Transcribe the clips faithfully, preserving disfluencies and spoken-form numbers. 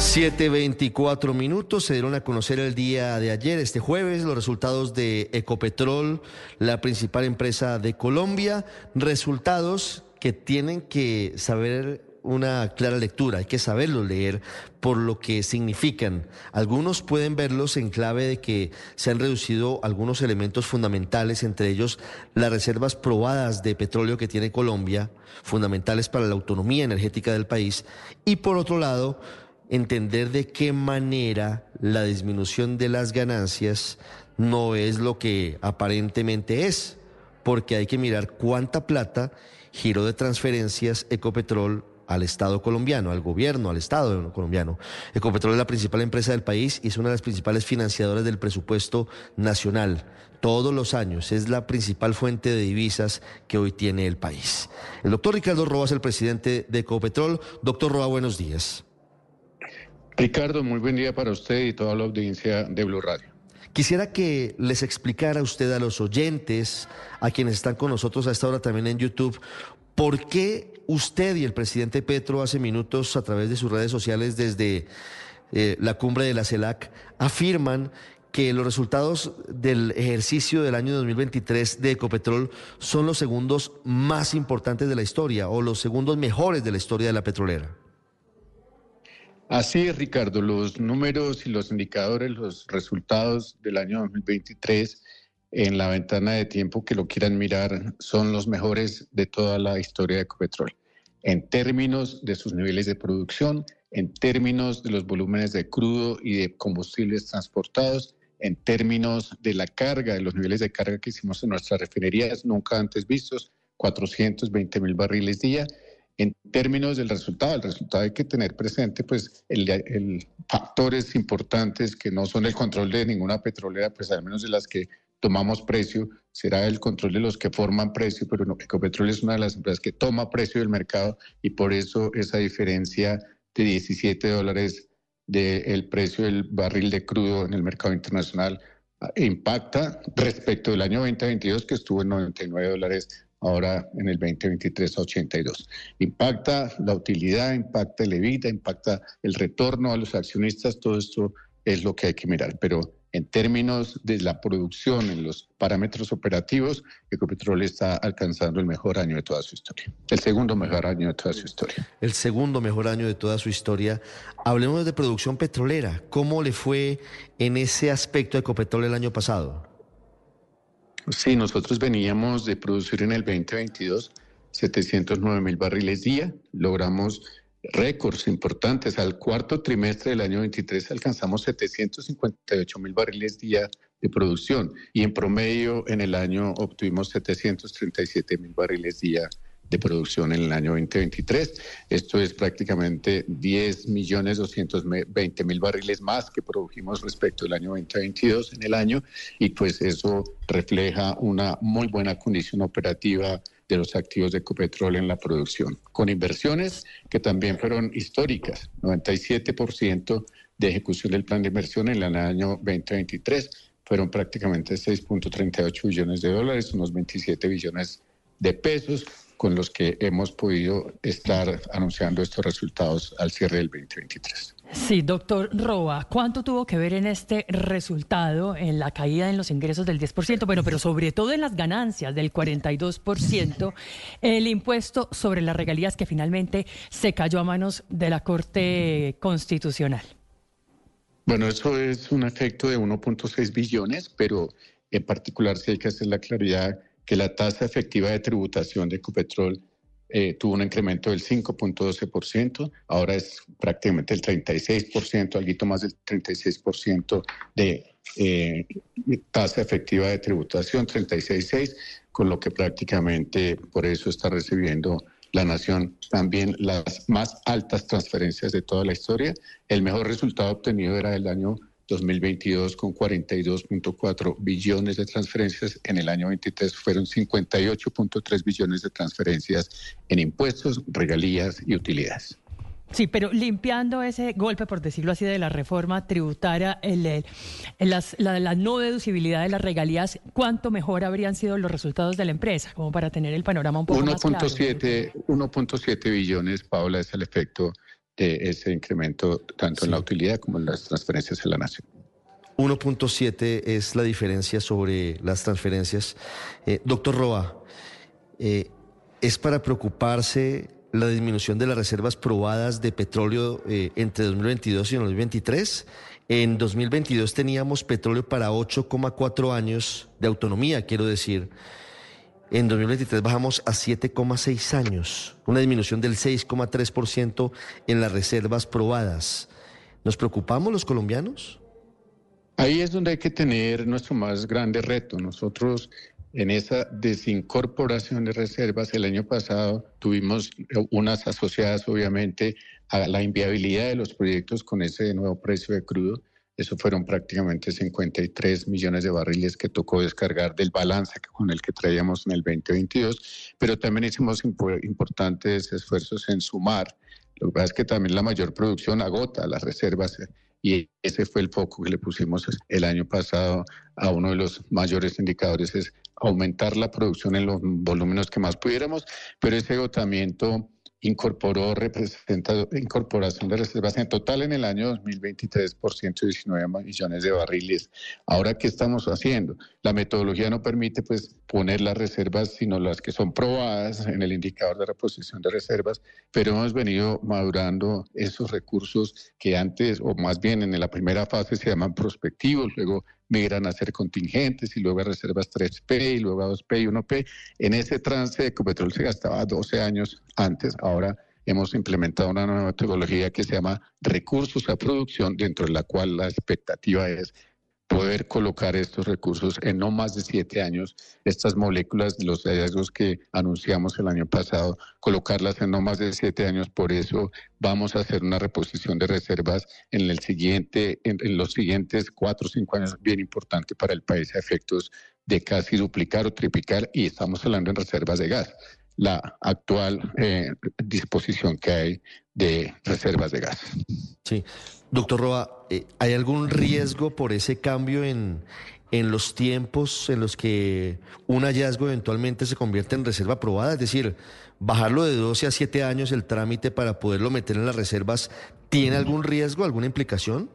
siete veinticuatro minutos, se dieron a conocer el día de ayer, este jueves, los resultados de Ecopetrol, la principal empresa de Colombia, resultados que tienen que saber una clara lectura, hay que saberlos leer por lo que significan. Algunos pueden verlos en clave de que se han reducido algunos elementos fundamentales, entre ellos las reservas probadas de petróleo que tiene Colombia, fundamentales para la autonomía energética del país, y por otro lado, entender de qué manera la disminución de las ganancias no es lo que aparentemente es, porque hay que mirar cuánta plata giró de transferencias Ecopetrol al Estado colombiano, al gobierno, al Estado colombiano. Ecopetrol es la principal empresa del país y es una de las principales financiadoras del presupuesto nacional. Todos los años es la principal fuente de divisas que hoy tiene el país. El doctor Ricardo Roa es el presidente de Ecopetrol. Doctor Roa, buenos días. Ricardo, muy buen día para usted y toda la audiencia de Blue Radio. Quisiera que les explicara usted a los oyentes, a quienes están con nosotros a esta hora también en YouTube, por qué usted y el presidente Petro hace minutos a través de sus redes sociales desde eh, la cumbre de la CELAC afirman que los resultados del ejercicio del año dos mil veintitrés de Ecopetrol son los segundos más importantes de la historia o los segundos mejores de la historia de la petrolera. Así es, Ricardo, los números y los indicadores, los resultados del año dos mil veintitrés en la ventana de tiempo que lo quieran mirar son los mejores de toda la historia de Ecopetrol, en términos de sus niveles de producción, en términos de los volúmenes de crudo y de combustibles transportados, en términos de la carga, de los niveles de carga que hicimos en nuestras refinerías, nunca antes vistos, cuatrocientos veinte mil barriles día. En términos del resultado, el resultado hay que tener presente pues el, el factores importantes que no son el control de ninguna petrolera, pues al menos de las que tomamos precio, será el control de los que forman precio, pero no, Ecopetrol es una de las empresas que toma precio del mercado y por eso esa diferencia de diecisiete dólares del precio del barril de crudo en el mercado internacional impacta respecto del año veinte veintidós que estuvo en noventa y nueve dólares. Ahora en el veinte veintitrés a ochenta y dos. Impacta la utilidad, impacta el EBITDA, impacta el retorno a los accionistas, todo esto es lo que hay que mirar. Pero en términos de la producción, en los parámetros operativos, Ecopetrol está alcanzando el mejor año de toda su historia. El segundo mejor año de toda su historia. El segundo mejor año de toda su historia. Hablemos de producción petrolera. ¿Cómo le fue en ese aspecto a Ecopetrol el año pasado? Sí, nosotros veníamos de producir en el veinte veintidós setecientos nueve mil barriles día, logramos récords importantes. Al cuarto trimestre del año veintitrés alcanzamos setecientos cincuenta y ocho mil barriles día de producción y en promedio en el año obtuvimos setecientos treinta y siete mil barriles día de producción en el año veinte veintitrés. Esto es prácticamente diez millones doscientos veinte mil barriles más que produjimos respecto al año veinte veintidós en el año y pues eso refleja una muy buena condición operativa de los activos de Ecopetrol en la producción, con inversiones que también fueron históricas, noventa y siete por ciento de ejecución del plan de inversión en el año veinte veintitrés, fueron prácticamente seis punto treinta y ocho billones de dólares, unos veintisiete billones de pesos, con los que hemos podido estar anunciando estos resultados al cierre del veinte veintitrés. Sí, doctor Roa, ¿cuánto tuvo que ver en este resultado, en la caída en los ingresos del diez por ciento, bueno, pero sobre todo en las ganancias del cuarenta y dos por ciento, el impuesto sobre las regalías que finalmente se cayó a manos de la Corte Constitucional? Bueno, eso es un efecto de uno punto seis billones, pero en particular sí hay que hacer la claridad que la tasa efectiva de tributación de Ecopetrol eh, tuvo un incremento del cinco punto doce por ciento, ahora es prácticamente el treinta y seis por ciento, algo más del treinta y seis por ciento de eh, tasa efectiva de tributación, treinta y seis punto seis por ciento, con lo que prácticamente por eso está recibiendo la nación también las más altas transferencias de toda la historia. El mejor resultado obtenido era el año dos mil veintidós con cuarenta y dos punto cuatro billones de transferencias, en el año veintitrés fueron cincuenta y ocho punto tres billones de transferencias en impuestos, regalías y utilidades. Sí, pero limpiando ese golpe, por decirlo así, de la reforma tributaria, el, el, el, las, la, la no deducibilidad de las regalías, ¿cuánto mejor habrían sido los resultados de la empresa? Como para tener el panorama un poco más claro. uno punto siete billones, Paola, es el efecto de ese incremento tanto sí. en la utilidad como en las transferencias a la nación. uno punto siete es la diferencia sobre las transferencias. Eh, doctor Roa, eh, ¿es para preocuparse la disminución de las reservas probadas de petróleo eh, entre dos mil veintidós y dos mil veintitrés? En dos mil veintidós teníamos petróleo para ocho coma cuatro años de autonomía, quiero decir. En dos mil veintitrés bajamos a siete coma seis años, una disminución del seis coma tres por ciento en las reservas probadas. ¿Nos preocupamos los colombianos? Ahí es donde hay que tener nuestro más grande reto. Nosotros en esa desincorporación de reservas el año pasado tuvimos unas asociadas obviamente a la inviabilidad de los proyectos con ese nuevo precio de crudo. Eso fueron prácticamente cincuenta y tres millones de barriles que tocó descargar del balance con el que traíamos en el veinte veintidós, pero también hicimos importantes esfuerzos en sumar. Lo que pasa es que también la mayor producción agota las reservas y ese fue el foco que le pusimos el año pasado a uno de los mayores indicadores, es aumentar la producción en los volúmenes que más pudiéramos, pero ese agotamiento incorporó, representa incorporación de reservas en total en el año dos mil veintitrés por ciento diecinueve millones de barriles. Ahora, ¿qué estamos haciendo? La metodología no permite pues poner las reservas, sino las que son probadas en el indicador de reposición de reservas, pero hemos venido madurando esos recursos que antes, o más bien en la primera fase se llaman prospectivos, luego migran a ser contingentes y luego a reservas tres P y luego a dos P y uno P. En ese trance Ecopetrol se gastaba doce años antes. Ahora hemos implementado una nueva metodología que se llama recursos a producción, dentro de la cual la expectativa es poder colocar estos recursos en no más de siete años, estas moléculas de los hallazgos que anunciamos el año pasado, colocarlas en no más de siete años. Por eso vamos a hacer una reposición de reservas en el siguiente, en, en los siguientes cuatro o cinco años, bien importante para el país, a efectos de casi duplicar o triplicar, y estamos hablando en reservas de gas, la actual eh, disposición que hay de reservas de gas. Sí. Doctor Roa, ¿hay algún riesgo por ese cambio en, en los tiempos en los que un hallazgo eventualmente se convierte en reserva probada? Es decir, bajarlo de doce a siete años el trámite para poderlo meter en las reservas, ¿tiene algún riesgo, alguna implicación?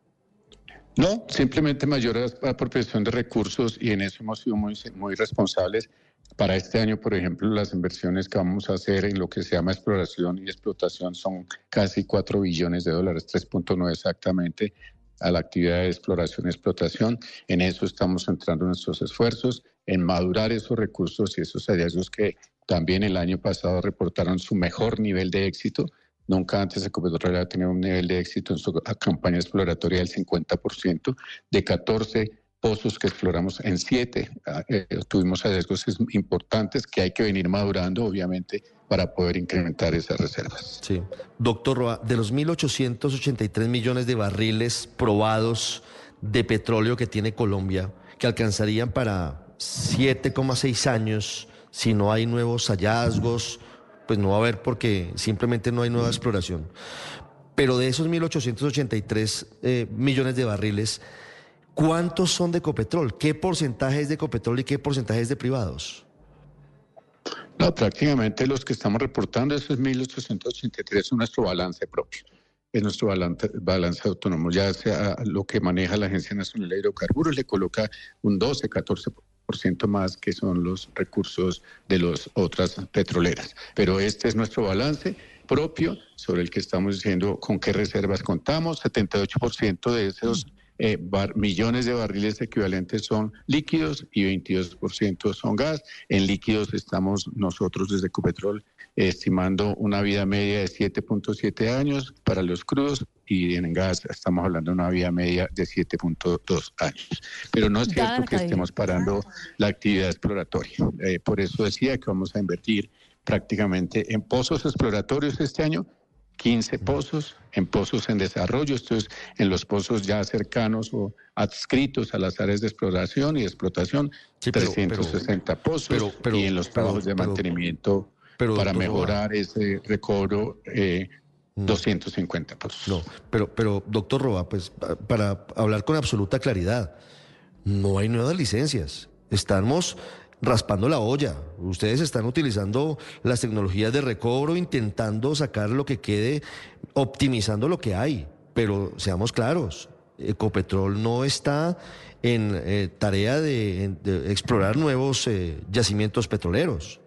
No, simplemente mayor apropiación de recursos, y en eso hemos sido muy, muy responsables. Para este año, por ejemplo, las inversiones que vamos a hacer en lo que se llama exploración y explotación son casi cuatro billones de dólares, tres punto nueve exactamente, a la actividad de exploración y explotación. En eso estamos centrando nuestros esfuerzos, en madurar esos recursos y esos hallazgos que también el año pasado reportaron su mejor nivel de éxito. Nunca antes Ecopetrol había tenido un nivel de éxito en su campaña exploratoria del cincuenta por ciento, de catorce pozos que exploramos en siete. Eh, tuvimos hallazgos importantes que hay que venir madurando, obviamente, para poder incrementar esas reservas. Sí. Doctor Roa, de los mil ochocientos ochenta y tres millones de barriles probados de petróleo que tiene Colombia, que alcanzarían para siete coma seis años, si no hay nuevos hallazgos, pues no va a haber, porque simplemente no hay nueva exploración. Pero de esos mil ochocientos ochenta y tres eh, millones de barriles, ¿cuántos son de Ecopetrol? ¿Qué porcentaje es de Ecopetrol y qué porcentaje es de privados? No, prácticamente los que estamos reportando, esos mil ochocientos ochenta y tres, son nuestro balance propio. Es nuestro balance, balance autónomo. Ya sea lo que maneja la Agencia Nacional de Hidrocarburos, le coloca un doce, catorce por ciento más, que son los recursos de las otras petroleras. Pero este es nuestro balance propio, sobre el que estamos diciendo con qué reservas contamos. setenta y ocho por ciento de esos eh, bar, millones de barriles equivalentes son líquidos y veintidós por ciento son gas. En líquidos estamos nosotros desde Ecopetrol eh, estimando una vida media de siete punto siete años para los crudos, y en gas estamos hablando de una vida media de siete punto dos años. Pero no es cierto que estemos parando la actividad exploratoria. Eh, por eso decía que vamos a invertir prácticamente en pozos exploratorios este año, quince pozos, en pozos en desarrollo, esto es en los pozos ya cercanos o adscritos a las áreas de exploración y de explotación, sí, pero, trescientos sesenta pero, pozos, pero, pero, y en los trabajos pero, de mantenimiento pero, para mejorar Roa, ese recobro, eh, doscientos cincuenta pozos. No, pero, pero doctor Roa, pues para hablar con absoluta claridad, no hay nuevas licencias. Estamos raspando la olla. Ustedes están utilizando las tecnologías de recobro, intentando sacar lo que quede, optimizando lo que hay. Pero seamos claros, Ecopetrol no está en eh, tarea de, de explorar nuevos eh, yacimientos petroleros.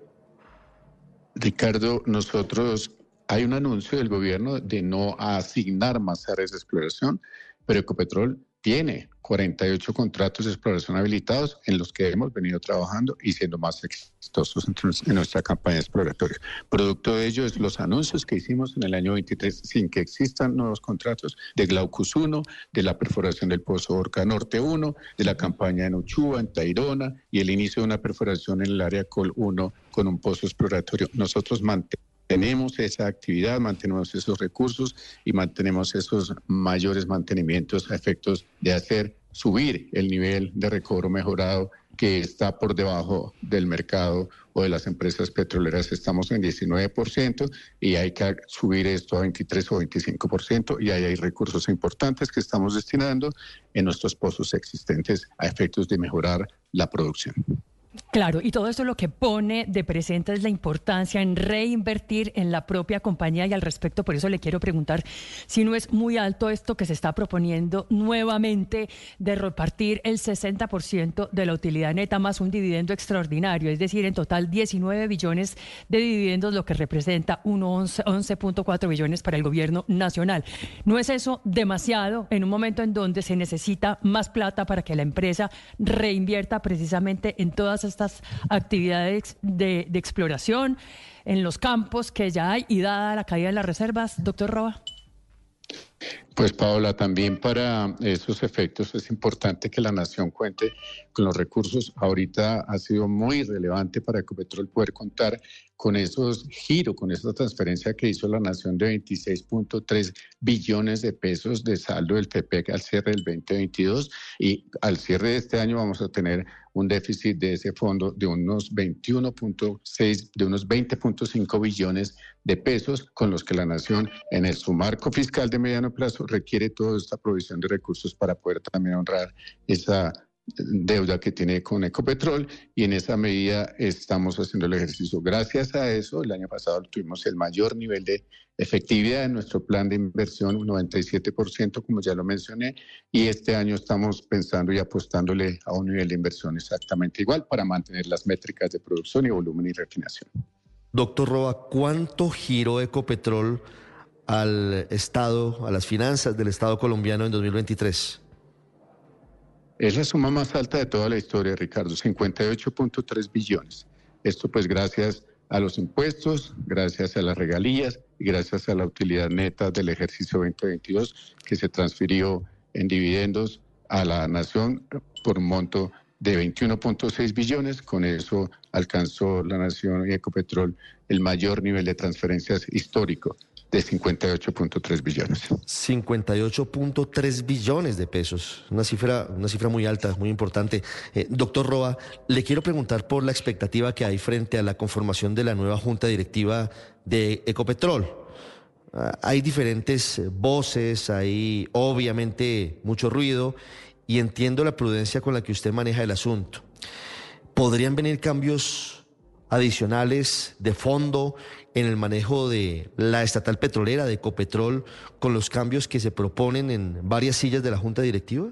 Ricardo, nosotros, hay un anuncio del gobierno de no asignar más áreas de exploración, pero Ecopetrol tiene cuarenta y ocho contratos de exploración habilitados en los que hemos venido trabajando y siendo más exitosos en nuestra campaña exploratoria. Producto de ello es los anuncios que hicimos en el año veintitrés sin que existan nuevos contratos de Glaucus uno, de la perforación del Pozo Orca Norte uno, de la campaña en Uchua, en Tayrona y el inicio de una perforación en el área Col uno con un pozo exploratorio. Nosotros mantenemos Tenemos esa actividad, mantenemos esos recursos y mantenemos esos mayores mantenimientos a efectos de hacer subir el nivel de recobro mejorado que está por debajo del mercado o de las empresas petroleras. Estamos en diecinueve por ciento y hay que subir esto a veintitrés o veinticinco por ciento y ahí hay recursos importantes que estamos destinando en nuestros pozos existentes a efectos de mejorar la producción. Claro, y todo esto lo que pone de presente es la importancia en reinvertir en la propia compañía y al respecto, por eso le quiero preguntar si no es muy alto esto que se está proponiendo nuevamente de repartir el sesenta por ciento de la utilidad neta más un dividendo extraordinario, es decir, en total diecinueve billones de dividendos, lo que representa unos once punto cuatro billones para el gobierno nacional. ¿No es eso demasiado en un momento en donde se necesita más plata para que la empresa reinvierta precisamente en todas estas actividades de, de exploración en los campos que ya hay y dada la caída de las reservas, doctor Roa? Pues Paola, también para esos efectos es importante que la nación cuente con los recursos. Ahorita ha sido muy relevante para Ecopetrol poder contar con esos giros, con esa transferencia que hizo la nación de veintiséis punto tres billones de pesos de saldo del T P E C al cierre del veinte veintidós y al cierre de este año vamos a tener un déficit de ese fondo de unos veintiuno punto seis, de unos veinte punto cinco billones de pesos con los que la nación en el, su marco fiscal de mediano plazo requiere toda esta provisión de recursos para poder también honrar esa deuda que tiene con Ecopetrol y en esa medida estamos haciendo el ejercicio. Gracias a eso, el año pasado tuvimos el mayor nivel de efectividad en nuestro plan de inversión, un noventa y siete por ciento, como ya lo mencioné, y este año estamos pensando y apostándole a un nivel de inversión exactamente igual para mantener las métricas de producción y volumen y refinación. Doctor Roa, ¿cuánto giró Ecopetrol al Estado, a las finanzas del Estado colombiano en dos mil veintitrés? Es la suma más alta de toda la historia, Ricardo, cincuenta y ocho punto tres billones. Esto pues gracias a los impuestos, gracias a las regalías y gracias a la utilidad neta del ejercicio veinte veintidós que se transfirió en dividendos a la nación por un monto de veintiuno punto seis billones. Con eso alcanzó la nación y Ecopetrol el mayor nivel de transferencias histórico de cincuenta y ocho punto tres billones. cincuenta y ocho punto tres billones de pesos, una cifra, una cifra muy alta, muy importante. Eh, doctor Roa, le quiero preguntar por la expectativa que hay frente a la conformación de la nueva junta directiva de Ecopetrol. Ah, hay diferentes voces, hay obviamente mucho ruido y entiendo la prudencia con la que usted maneja el asunto. ¿Podrían venir cambios adicionales de fondo en el manejo de la estatal petrolera, de Ecopetrol, con los cambios que se proponen en varias sillas de la Junta Directiva?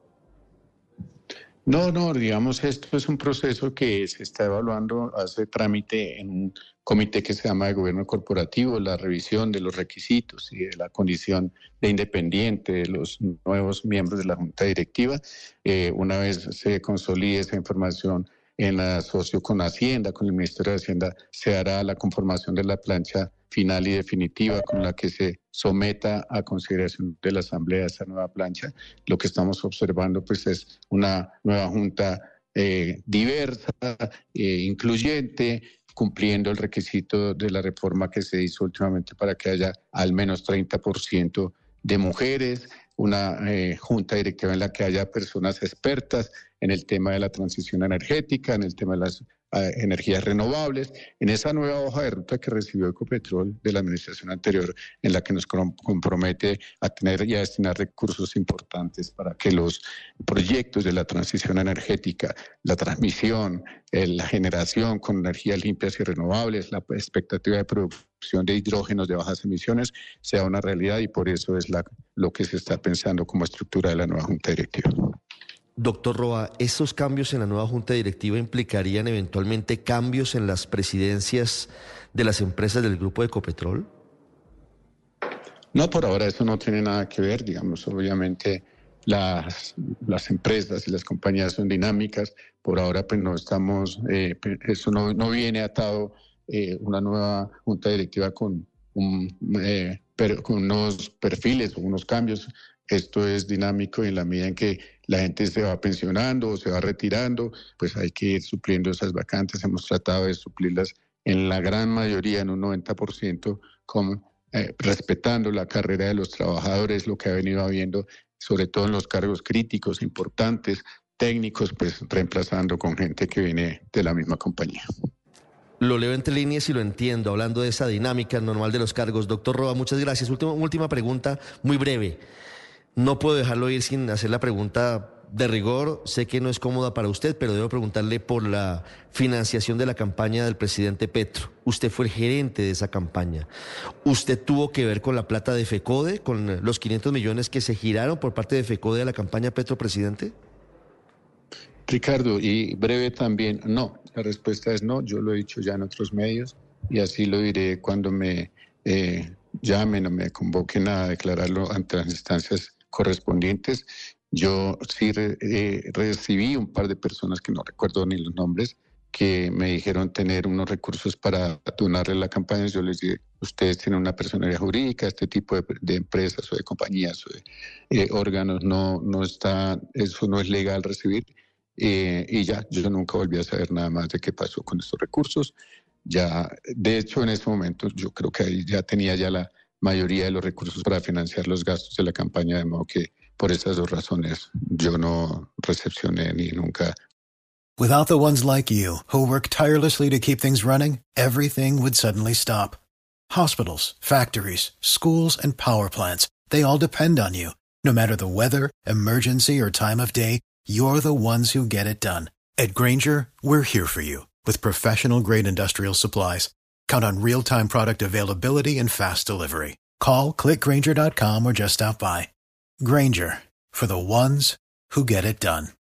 No, no, digamos, esto es un proceso que se está evaluando, hace trámite en un comité que se llama de gobierno corporativo, la revisión de los requisitos y de la condición de independiente de los nuevos miembros de la Junta Directiva. Eh, una vez se consolide esa información en la asocio con Hacienda, con el Ministerio de Hacienda, se hará la conformación de la plancha final y definitiva con la que se someta a consideración de la Asamblea esa nueva plancha. Lo que estamos observando pues es una nueva junta eh, diversa, eh, incluyente, cumpliendo el requisito de la reforma que se hizo últimamente para que haya al menos treinta por ciento de mujeres, una eh, junta directiva en la que haya personas expertas en el tema de la transición energética, en el tema de las a energías renovables, en esa nueva hoja de ruta que recibió Ecopetrol de la administración anterior, en la que nos compromete a tener y a destinar recursos importantes para que los proyectos de la transición energética, la transmisión, eh, la generación con energías limpias y renovables, la expectativa de producción de hidrógenos de bajas emisiones sea una realidad, y por eso es la, lo que se está pensando como estructura de la nueva Junta Directiva. Doctor Roa, ¿estos cambios en la nueva Junta Directiva implicarían eventualmente cambios en las presidencias de las empresas del grupo Ecopetrol? No, por ahora eso no tiene nada que ver, digamos, obviamente las, las empresas y las compañías son dinámicas, por ahora pues no estamos, eh, eso no, no viene atado eh, una nueva Junta Directiva con, un, eh, per, con unos perfiles o unos cambios. Esto es dinámico, y en la medida en que la gente se va pensionando o se va retirando, pues hay que ir supliendo esas vacantes. Hemos tratado de suplirlas en la gran mayoría, en un noventa por ciento, con, eh, respetando la carrera de los trabajadores, lo que ha venido habiendo, sobre todo en los cargos críticos, importantes, técnicos, pues reemplazando con gente que viene de la misma compañía. Lo leo entre líneas y lo entiendo, hablando de esa dinámica normal de los cargos. Doctor Roa, muchas gracias. Última, última pregunta, muy breve. No puedo dejarlo ir sin hacer la pregunta de rigor. Sé que no es cómoda para usted, pero debo preguntarle por la financiación de la campaña del presidente Petro. Usted fue el gerente de esa campaña. ¿Usted tuvo que ver con la plata de FECODE, con los quinientos millones que se giraron por parte de FECODE a la campaña Petro presidente? Ricardo, y breve también, no. La respuesta es no. Yo lo he dicho ya en otros medios, y así lo diré cuando me eh, llamen o me convoquen a declararlo ante las instancias correspondientes. Yo sí re, eh, recibí un par de personas, que no recuerdo ni los nombres, que me dijeron tener unos recursos para donarle la campaña. Yo les dije, ustedes tienen una personalidad jurídica, este tipo de, de empresas o de compañías o de eh, órganos, no, no está, eso no es legal recibir. Eh, y ya, yo nunca volví a saber nada más de qué pasó con estos recursos. Ya, de hecho, en ese momento yo creo que ahí ya tenía ya la mayoría de los recursos para financiar los gastos de la campaña, de modo que por esas dos razones yo no recepcioné ni nunca. Without the ones like you, who work tirelessly to keep things running, everything would suddenly stop. Hospitals, factories, schools, and power plants, they all depend on you. No matter the weather, emergency, or time of day, you're the ones who get it done. At Grainger, we're here for you with professional-grade industrial supplies. Count on real-time product availability and fast delivery. Call, click Grainger dot com, or just stop by. Grainger, for the ones who get it done.